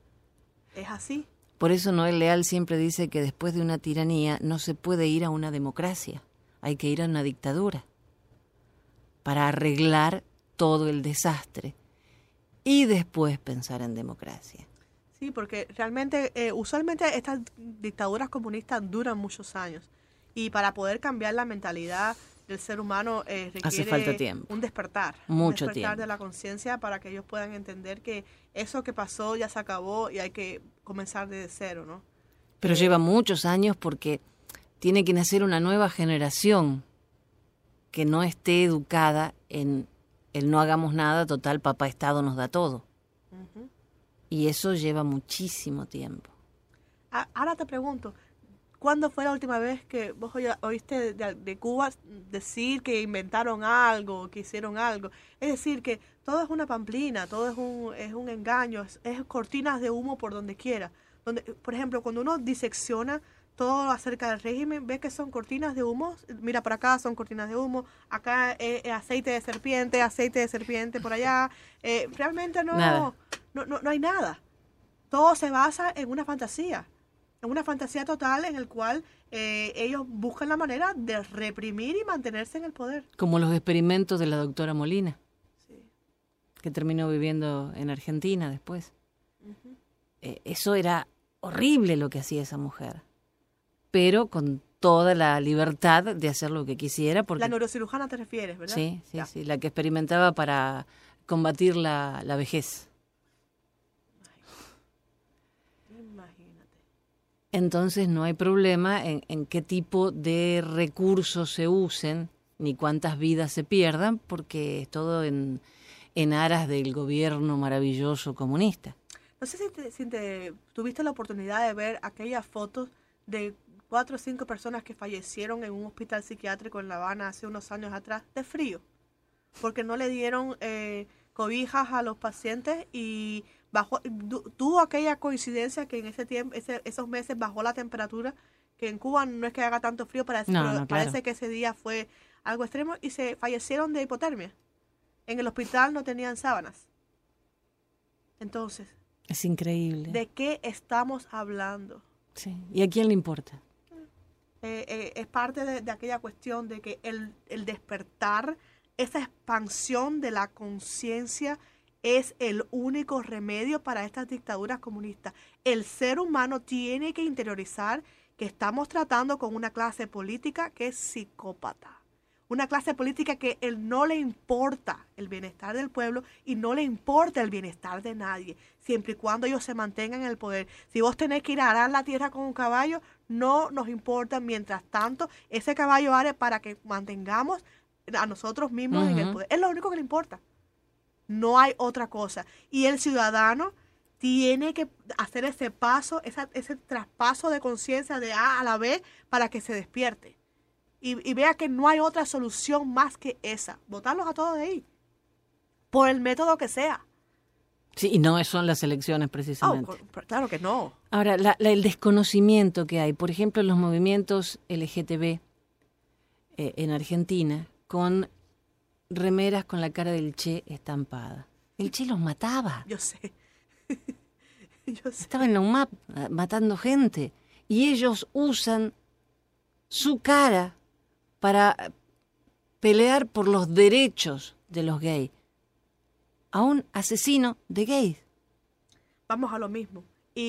Es así. Por eso Noel Leal siempre dice que después de una tiranía no se puede ir a una democracia, hay que ir a una dictadura para arreglar todo el desastre y después pensar en democracia. Sí, porque realmente, usualmente estas dictaduras comunistas duran muchos años. Y para poder cambiar la mentalidad del ser humano Hace falta requiere tiempo. un despertar. Mucho un despertar tiempo. de la conciencia para que ellos puedan entender que eso que pasó ya se acabó y hay que comenzar desde cero, ¿no? Pero lleva muchos años porque tiene que nacer una nueva generación que no esté educada en el no hagamos nada, total, papá Estado nos da todo. Ujú. Y eso lleva muchísimo tiempo. Ahora te pregunto, ¿cuándo fue la última vez que vos oíste de Cuba decir que inventaron algo, que hicieron algo? Es decir, que todo es una pamplina, todo es un engaño, es cortinas de humo por donde quiera. Donde, por ejemplo, cuando uno disecciona todo acerca del régimen, ve que son cortinas de humo. Mira, por acá son cortinas de humo, acá aceite de serpiente por allá. Realmente Nada. no hay nada. Todo se basa en una fantasía total en el cual ellos buscan la manera de reprimir y mantenerse en el poder. Como los experimentos de la doctora Molina, Sí. que terminó viviendo en Argentina después. Ujú. Eso era horrible lo que hacía esa mujer, pero con toda la libertad de hacer lo que quisiera. Porque, La neurocirujana te refieres, ¿verdad? sí, Ya. sí, la que experimentaba para combatir la vejez. Imagínate. Entonces no hay problema en qué tipo de recursos se usen, ni cuántas vidas se pierdan, porque es todo en aras del gobierno maravilloso comunista. No sé si tuviste la oportunidad de ver aquellas fotos de 4 o 5 personas que fallecieron en un hospital psiquiátrico en La Habana hace unos años atrás de frío, porque no le dieron cobijas a los pacientes y tuvo aquella coincidencia que en ese tiempo, esos meses bajó la temperatura, que en Cuba no es que haga tanto frío, pero No, parece claro. que ese día fue algo extremo y se fallecieron de hipotermia. En el hospital no tenían sábanas. Entonces, Es increíble. ¿de qué estamos hablando? Sí. ¿Y a quién le importa? Es parte de aquella cuestión de que el despertar, esa expansión de la conciencia es el único remedio para estas dictaduras comunistas. El ser humano tiene que interiorizar que estamos tratando con una clase política que es psicópata. Una clase política que no le importa el bienestar del pueblo y no le importa el bienestar de nadie, siempre y cuando ellos se mantengan en el poder. Si vos tenés que ir a arar la tierra con un caballo, no nos importa. Mientras tanto, ese caballo are para que mantengamos a nosotros mismos en el Ujú. poder. Es lo único que le importa. No hay otra cosa. Y el ciudadano tiene que hacer ese paso, ese traspaso de conciencia de A a la B para que se despierte. Y vea que no hay otra solución más que esa. Botarlos a todos de ahí. Por el método que sea. Sí, y no son las elecciones precisamente. Claro que no. Ahora, el desconocimiento que hay, por ejemplo, en los movimientos LGTB en Argentina, con remeras con la cara del Che estampada. El Che los mataba. Yo sé. Yo sé. Estaba en la UMAP matando gente. Y ellos usan su cara para pelear por los derechos de los gays. A un asesino de gays. Vamos a lo mismo.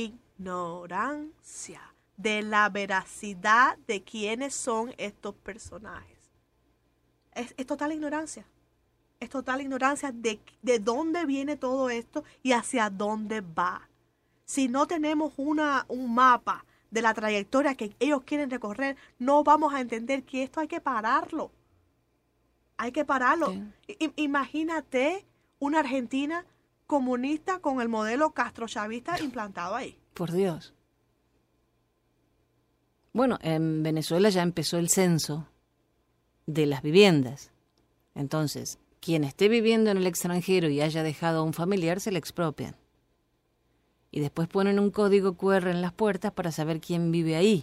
Ignorancia de la veracidad de quiénes son estos personajes. Es total ignorancia. Es total ignorancia de dónde viene todo esto y hacia dónde va. Si no tenemos un mapa de la trayectoria que ellos quieren recorrer, no vamos a entender que esto hay que pararlo. Hay que pararlo. Sí. Imagínate una Argentina comunista con el modelo castrochavista implantado ahí. Por Dios. Bueno, en Venezuela ya empezó el censo de las viviendas. Entonces, quien esté viviendo en el extranjero y haya dejado a un familiar, se le expropian. Y después ponen un código QR en las puertas para saber quién vive ahí.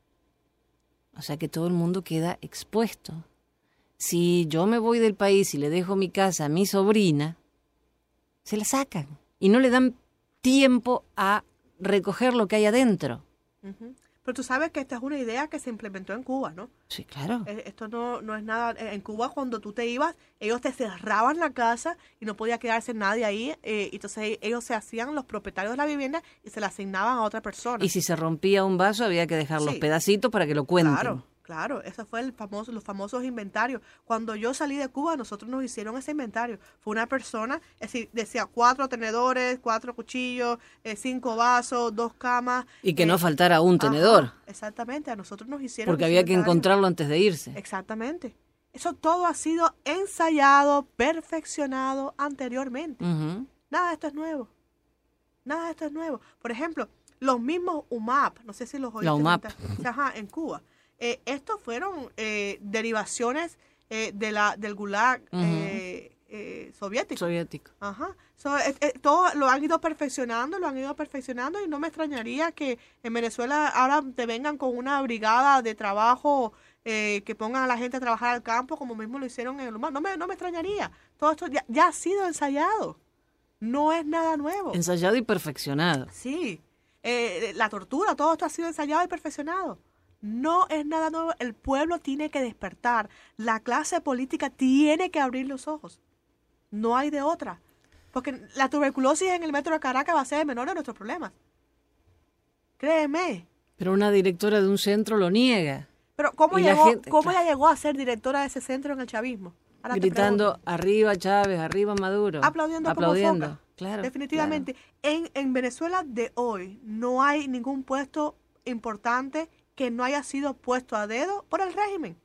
O sea que todo el mundo queda expuesto. Si yo me voy del país y le dejo mi casa a mi sobrina, se la sacan y no le dan tiempo a recoger lo que hay adentro. Ujú. Pero tú sabes que esta es una idea que se implementó en Cuba, ¿no? Sí, claro. Esto no es nada. En Cuba, cuando tú te ibas, ellos te cerraban la casa y no podía quedarse nadie ahí. Entonces ellos se hacían los propietarios de la vivienda y se la asignaban a otra persona. Y si se rompía un vaso, había que dejar los Sí. pedacitos para que lo cuenten. Claro, eso fue los famosos inventarios. Cuando yo salí de Cuba, nosotros nos hicieron ese inventario. Fue una persona, es decir, decía 4 tenedores, 4 cuchillos, 5 vasos, 2 camas. Y que no faltara un tenedor. Ajá, exactamente, a nosotros nos hicieron Porque ese había que inventario. encontrarlo antes de irse. Exactamente. Eso todo ha sido ensayado, perfeccionado anteriormente. Ujú. Nada de esto es nuevo. Nada de esto es nuevo. Por ejemplo, los mismos UMAP, no sé si los oíste. La UMAP. Ajá, en Cuba. Estos fueron derivaciones del Gulag soviético. Soviético. Ajá. Todo lo han ido perfeccionando y no me extrañaría que en Venezuela ahora te vengan con una brigada de trabajo que pongan a la gente a trabajar al campo como mismo lo hicieron en el UMAP. No me extrañaría. Todo esto ya ha sido ensayado. No es nada nuevo. Ensayado y perfeccionado. Sí. La tortura, todo esto ha sido ensayado y perfeccionado. No es nada nuevo. El pueblo tiene que despertar. La clase política tiene que abrir los ojos. No hay de otra. Porque la tuberculosis en el metro de Caracas va a ser el menor de nuestros problemas. Créeme. Pero una directora de un centro lo niega. Pero ¿cómo Y la llegó, gente, cómo claro, ella llegó a ser directora de ese centro en el chavismo? Ahora te gritando pregunto. arriba Chávez, arriba Maduro. Aplaudiendo como foca. Claro. Definitivamente. En Venezuela de hoy no hay ningún puesto importante que no haya sido puesto a dedo por el régimen.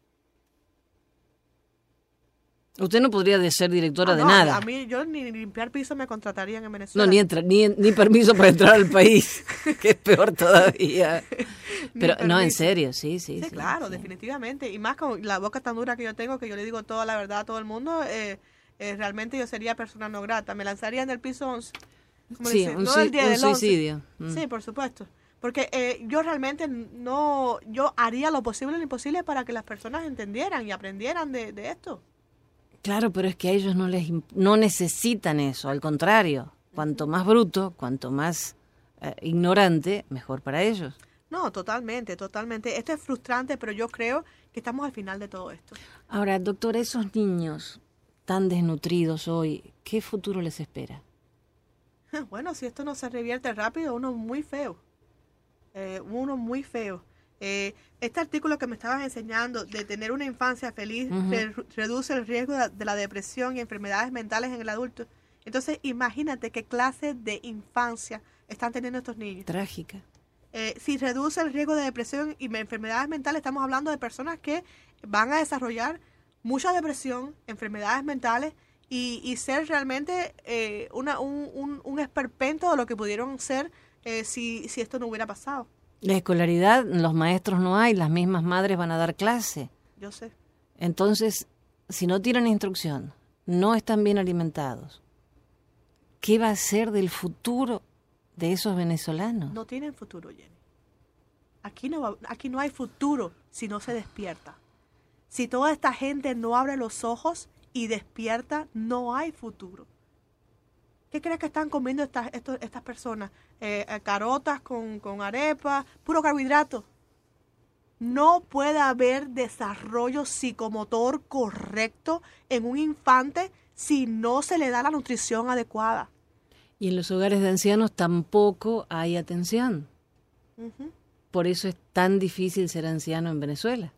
Claro. Usted no podría ser directora de No, nada. A mí, yo ni limpiar piso me contratarían en Venezuela. No, ni permiso para entrar al país, que es peor todavía. Pero no, en permiso. serio, sí. Sí, claro, definitivamente. Y más con la boca tan dura que yo tengo, que yo le digo toda la verdad a todo el mundo, realmente yo sería persona no grata. Me lanzaría en el piso 11. Como Sí, dicen, no el día del 11. suicidio. Sí, por supuesto. Porque yo realmente yo haría lo posible y lo imposible para que las personas entendieran y aprendieran de esto. Claro, pero es que a ellos no necesitan eso, al contrario. Cuanto más bruto, cuanto más ignorante, mejor para ellos. No, totalmente. Esto es frustrante, pero yo creo que estamos al final de todo esto. Ahora, doctora, esos niños tan desnutridos hoy, ¿qué futuro les espera? Bueno, si esto no se revierte rápido, uno muy feo. Este artículo que me estabas enseñando de tener una infancia feliz reduce el riesgo de la depresión y enfermedades mentales en el adulto. Entonces, imagínate qué clase de infancia están teniendo estos niños. Trágica. Si reduce el riesgo de depresión y enfermedades mentales, estamos hablando de personas que van a desarrollar mucha depresión, enfermedades mentales y ser realmente un esperpento de lo que pudieron ser si esto no hubiera pasado. La escolaridad, los maestros no hay, las mismas madres van a dar clase. Yo sé. Entonces, si no tienen instrucción, no están bien alimentados, ¿qué va a ser del futuro de esos venezolanos? No tienen futuro, Jenny. Aquí no hay futuro si no se despierta. Si toda esta gente no abre los ojos y despierta, no hay futuro. ¿Qué crees que están comiendo estas personas? Carotas con arepa, puro carbohidrato. No puede haber desarrollo psicomotor correcto en un infante si no se le da la nutrición adecuada. Y en los hogares de ancianos tampoco hay atención. Uh-huh. Por eso es tan difícil ser anciano en Venezuela.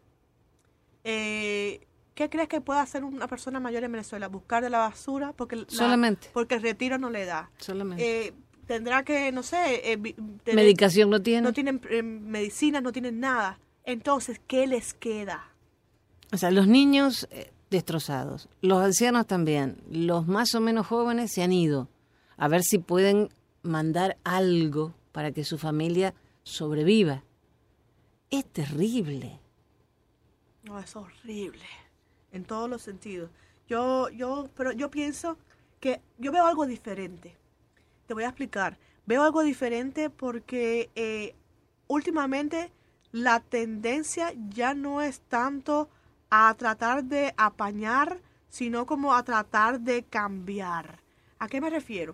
¿Qué crees que puede hacer una persona mayor en Venezuela? Buscar de la basura porque el retiro no le da. Solamente. Tendrá que, no sé... medicación no tiene. No tienen medicinas, no tienen nada. Entonces, ¿qué les queda? O sea, los niños destrozados, los ancianos también, los más o menos jóvenes se han ido a ver si pueden mandar algo para que su familia sobreviva. Es terrible. No, es horrible. En todos los sentidos. Pero yo pienso que yo veo algo diferente. Te voy a explicar. Veo algo diferente porque últimamente la tendencia ya no es tanto a tratar de apañar, sino como a tratar de cambiar. ¿A qué me refiero?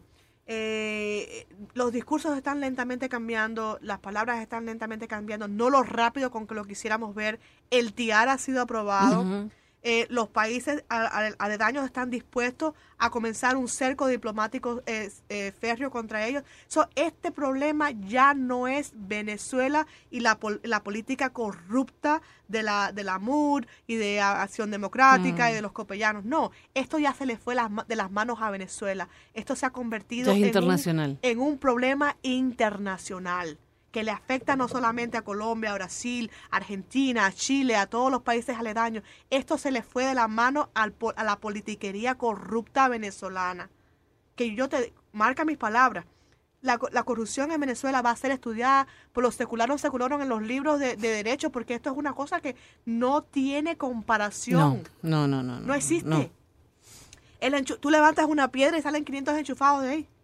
Los discursos están lentamente cambiando, las palabras están lentamente cambiando, no lo rápido con que lo quisiéramos ver. El TIAR ha sido aprobado. Ujú. Los países aledaños están dispuestos a comenzar un cerco diplomático férreo contra ellos. Este problema ya no es Venezuela y la política corrupta de la MUD y de Acción Democrática y de los copellanos. No, esto ya se le fue de las manos a Venezuela. Esto se ha convertido Ya es internacional. en un problema internacional que le afecta no solamente a Colombia, a Brasil, a Argentina, a Chile, a todos los países aledaños. Esto se le fue de la mano a la politiquería corrupta venezolana. Que marca mis palabras, la corrupción en Venezuela va a ser estudiada por los secularos en los libros de derecho, porque esto es una cosa que no tiene comparación. No existe. no. Tú levantas una piedra y salen 500 enchufados de ahí.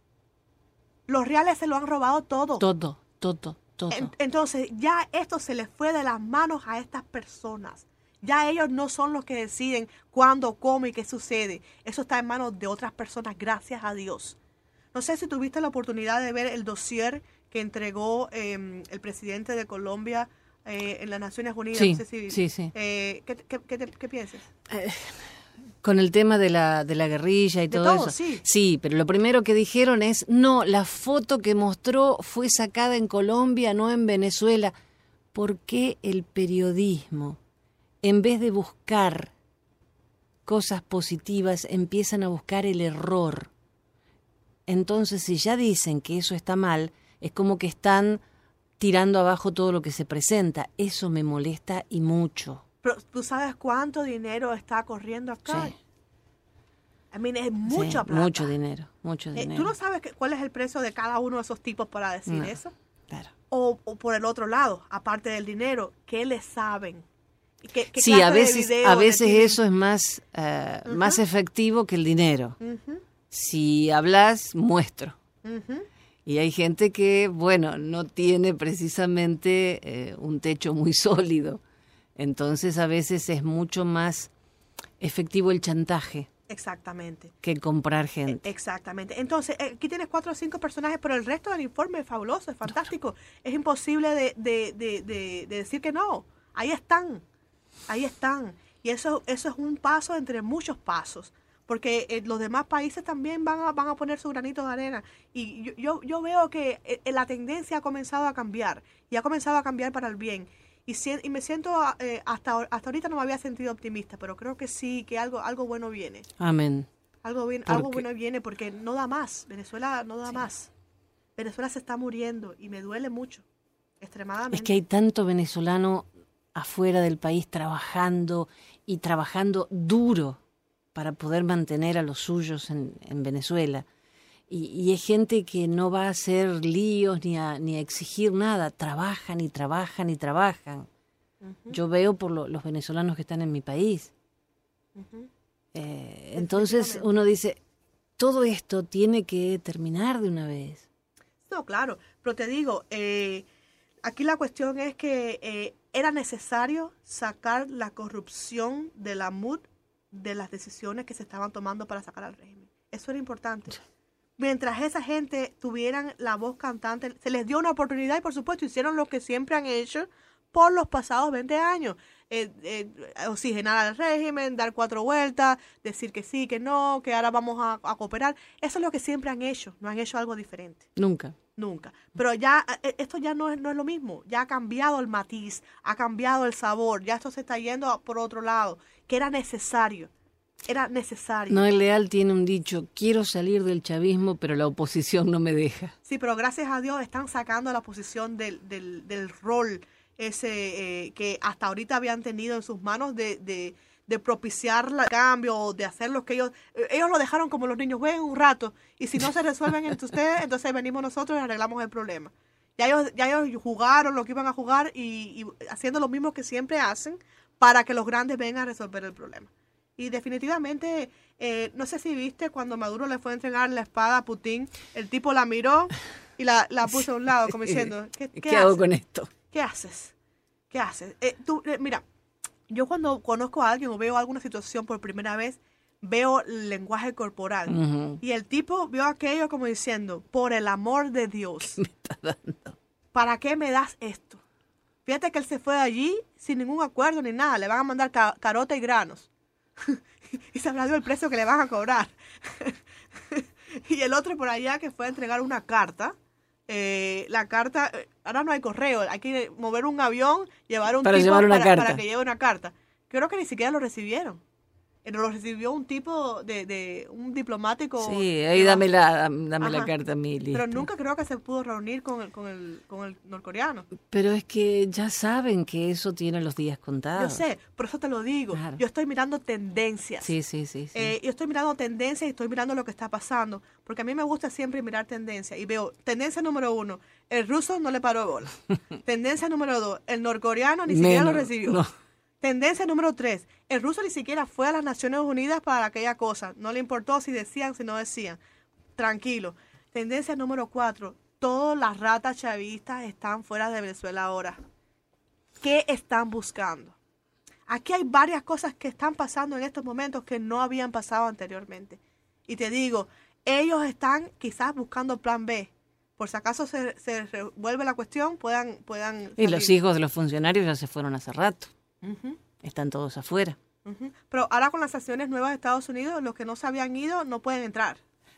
Los reales se lo han robado todo. Todo. Entonces, ya esto se les fue de las manos a estas personas. Ya ellos no son los que deciden cuándo, cómo y qué sucede. Eso está en manos de otras personas, gracias a Dios. No sé si tuviste la oportunidad de ver el dossier que entregó el presidente de Colombia en las Naciones Unidas. Sí, no sé si, sí. ¿Qué piensas? Con el tema de la guerrilla y De todo todo, eso. sí. Sí, pero lo primero que dijeron es, no, la foto que mostró fue sacada en Colombia, no en Venezuela. ¿Por qué el periodismo, en vez de buscar cosas positivas, empiezan a buscar el error? Entonces, si ya dicen que eso está mal, es como que están tirando abajo todo lo que se presenta. Eso me molesta y mucho. Pero ¿tú sabes cuánto dinero está corriendo acá? Sí. Es mucha plata. Mucho dinero. ¿Tú no sabes cuál es el precio de cada uno de esos tipos para decir No, eso? Claro. O por el otro lado, aparte del dinero, ¿qué le saben? ¿Qué Sí, clase a de veces video eso es más, más efectivo que el dinero. Si hablas, muestro. Y hay gente que, bueno, no tiene precisamente un techo muy sólido. Entonces a veces es mucho más efectivo el chantaje. Exactamente. Que el comprar gente. Exactamente. Entonces, aquí tienes 4 o 5 personajes, pero el resto del informe es fabuloso, es fantástico. Es imposible de decir que no. Ahí están. Y eso es un paso entre muchos pasos. Porque los demás países también van a poner su granito de arena. Y yo veo que la tendencia ha comenzado a cambiar. Y ha comenzado a cambiar para el bien. Y me siento, hasta ahorita no me había sentido optimista, pero creo que sí, que algo bueno viene. Amén. Algo bueno viene porque no da más. Venezuela no da más. Venezuela se está muriendo y me duele mucho, extremadamente. Es que hay tanto venezolano afuera del país trabajando y trabajando duro para poder mantener a los suyos en Venezuela. Y es gente que no va a hacer líos ni a exigir nada. Trabajan. Yo veo por los venezolanos que están en mi país. Entonces uno dice, todo esto tiene que terminar de una vez. No, claro, pero te digo, aquí la cuestión es que era necesario sacar la corrupción de la MUD de las decisiones que se estaban tomando para sacar al régimen. Eso era importante. Mientras esa gente tuvieran la voz cantante, se les dio una oportunidad y por supuesto hicieron lo que siempre han hecho por los pasados 20 años. Oxigenar al régimen, dar 4 vueltas, decir que sí, que no, que ahora vamos a cooperar. Eso es lo que siempre han hecho, no han hecho algo diferente. Nunca. Pero ya esto ya no es lo mismo, ya ha cambiado el matiz, ha cambiado el sabor, ya esto se está yendo por otro lado, que era necesario. Noel Leal tiene un dicho, quiero salir del chavismo, pero la oposición no me deja. Sí, pero gracias a Dios están sacando a la oposición del rol ese que hasta ahorita habían tenido en sus manos de propiciar el cambio, de hacer lo que ellos lo dejaron como los niños, jueguen un rato, y si no se resuelven entre ustedes, entonces venimos nosotros y arreglamos el problema. Ya ellos jugaron lo que iban a jugar y haciendo lo mismo que siempre hacen para que los grandes vengan a resolver el problema. Y definitivamente, no sé si viste cuando Maduro le fue a entregar la espada a Putin, el tipo la miró y la puso a un lado como diciendo, ¿Qué hago con esto? ¿Qué haces? ¿Qué haces? Mira, yo cuando conozco a alguien o veo alguna situación por primera vez, veo el lenguaje corporal. Uh-huh. Y el tipo vio aquello como diciendo, por el amor de Dios, ¿Qué me estás dando? ¿Para qué me das esto? Fíjate que él se fue de allí sin ningún acuerdo ni nada. Le van a mandar carota y granos. Y sabrá Dios el precio que le van a cobrar. Y el otro por allá que fue a entregar una carta. La carta, ahora no hay correo, hay que mover un avión, llevar un para tipo llevar una carta. para que lleve una carta. Creo que ni siquiera lo recibieron. Lo recibió un tipo de un diplomático. Sí, ahí dame la carta a mí, listo. Pero nunca creo que se pudo reunir con el norcoreano. Pero es que ya saben que eso tiene los días contados. Yo sé, por eso te lo digo. Claro. Yo estoy mirando tendencias. Sí. Yo estoy mirando tendencias y estoy mirando lo que está pasando. Porque a mí me gusta siempre mirar tendencias. Y veo, tendencia número 1, el ruso no le paró bola. Tendencia número 2, el norcoreano ni siquiera lo recibió. No. Tendencia número 3, el ruso ni siquiera fue a las Naciones Unidas para aquella cosa. No le importó si decían, si no decían. Tranquilo. Tendencia número 4, todas las ratas chavistas están fuera de Venezuela ahora. ¿Qué están buscando? Aquí hay varias cosas que están pasando en estos momentos que no habían pasado anteriormente. Y te digo, ellos están quizás buscando plan B. Por si acaso se revuelve la cuestión, puedan salir. Y los hijos de los funcionarios ya se fueron hace rato. Uh-huh. Están todos afuera. Uh-huh. Pero ahora con las sanciones nuevas de Estados Unidos, los que no se habían ido no pueden entrar.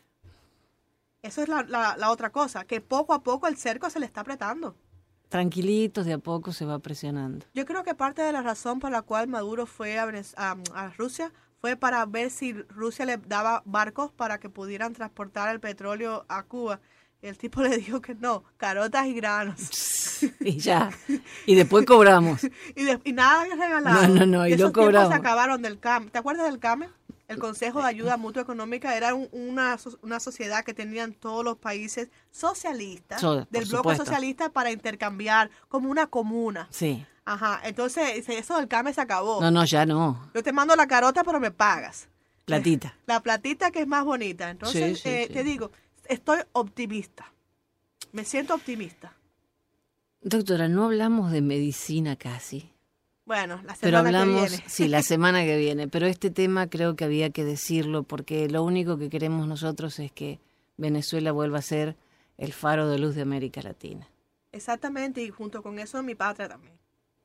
Eso es la otra cosa, que poco a poco el cerco se le está apretando. Tranquilitos, de a poco se va presionando. Yo creo que parte de la razón por la cual Maduro fue a Rusia fue para ver si Rusia le daba barcos para que pudieran transportar el petróleo a Cuba. El tipo le dijo que no, carotas y granos. Y ya. Y después cobramos. y nada que regalar. No, y lo cobramos. Se acabaron del CAME. ¿Te acuerdas del CAME? El Consejo de Ayuda Mutua Económica era una sociedad que tenían todos los países socialistas del bloque socialista para intercambiar como una comuna. Sí. Ajá, entonces eso del CAME se acabó. No, ya no. Yo te mando la carota, pero me pagas. Platita. La platita que es más bonita. Entonces, sí. Te digo, estoy optimista. Me siento optimista. Doctora, no hablamos de medicina casi. Bueno, la semana pero hablamos, que viene. Sí, la semana que viene. Pero este tema creo que había que decirlo porque lo único que queremos nosotros es que Venezuela vuelva a ser el faro de luz de América Latina. Exactamente, y junto con eso mi patria también.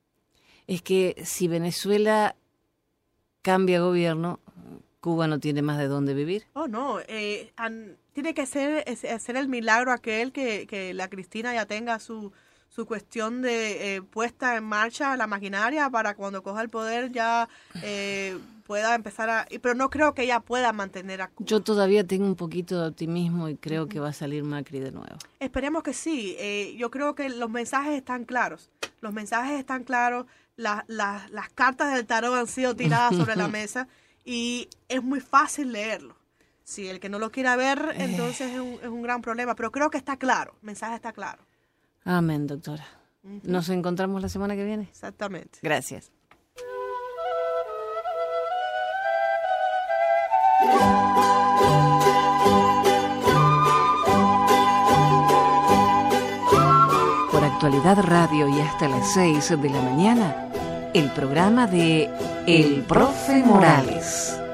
Es que si Venezuela cambia gobierno, Cuba no tiene más de dónde vivir. Oh, no. Tiene que ser el milagro aquel que la Cristina ya tenga su cuestión de puesta en marcha la maquinaria para cuando coja el poder ya pueda empezar pero no creo que ella pueda mantener a Cuba. Yo todavía tengo un poquito de optimismo y creo que va a salir Macri de nuevo. Esperemos que sí. Yo creo que los mensajes están claros. Las cartas del tarot han sido tiradas sobre la mesa y es muy fácil leerlo. Si el que no lo quiera ver, entonces es un gran problema. Pero creo que está claro. El mensaje está claro. Amén, doctora. Uh-huh. ¿Nos encontramos la semana que viene? Exactamente. Gracias. Por Actualidad Radio y hasta las 6 de la mañana, el programa de El Profe Morales.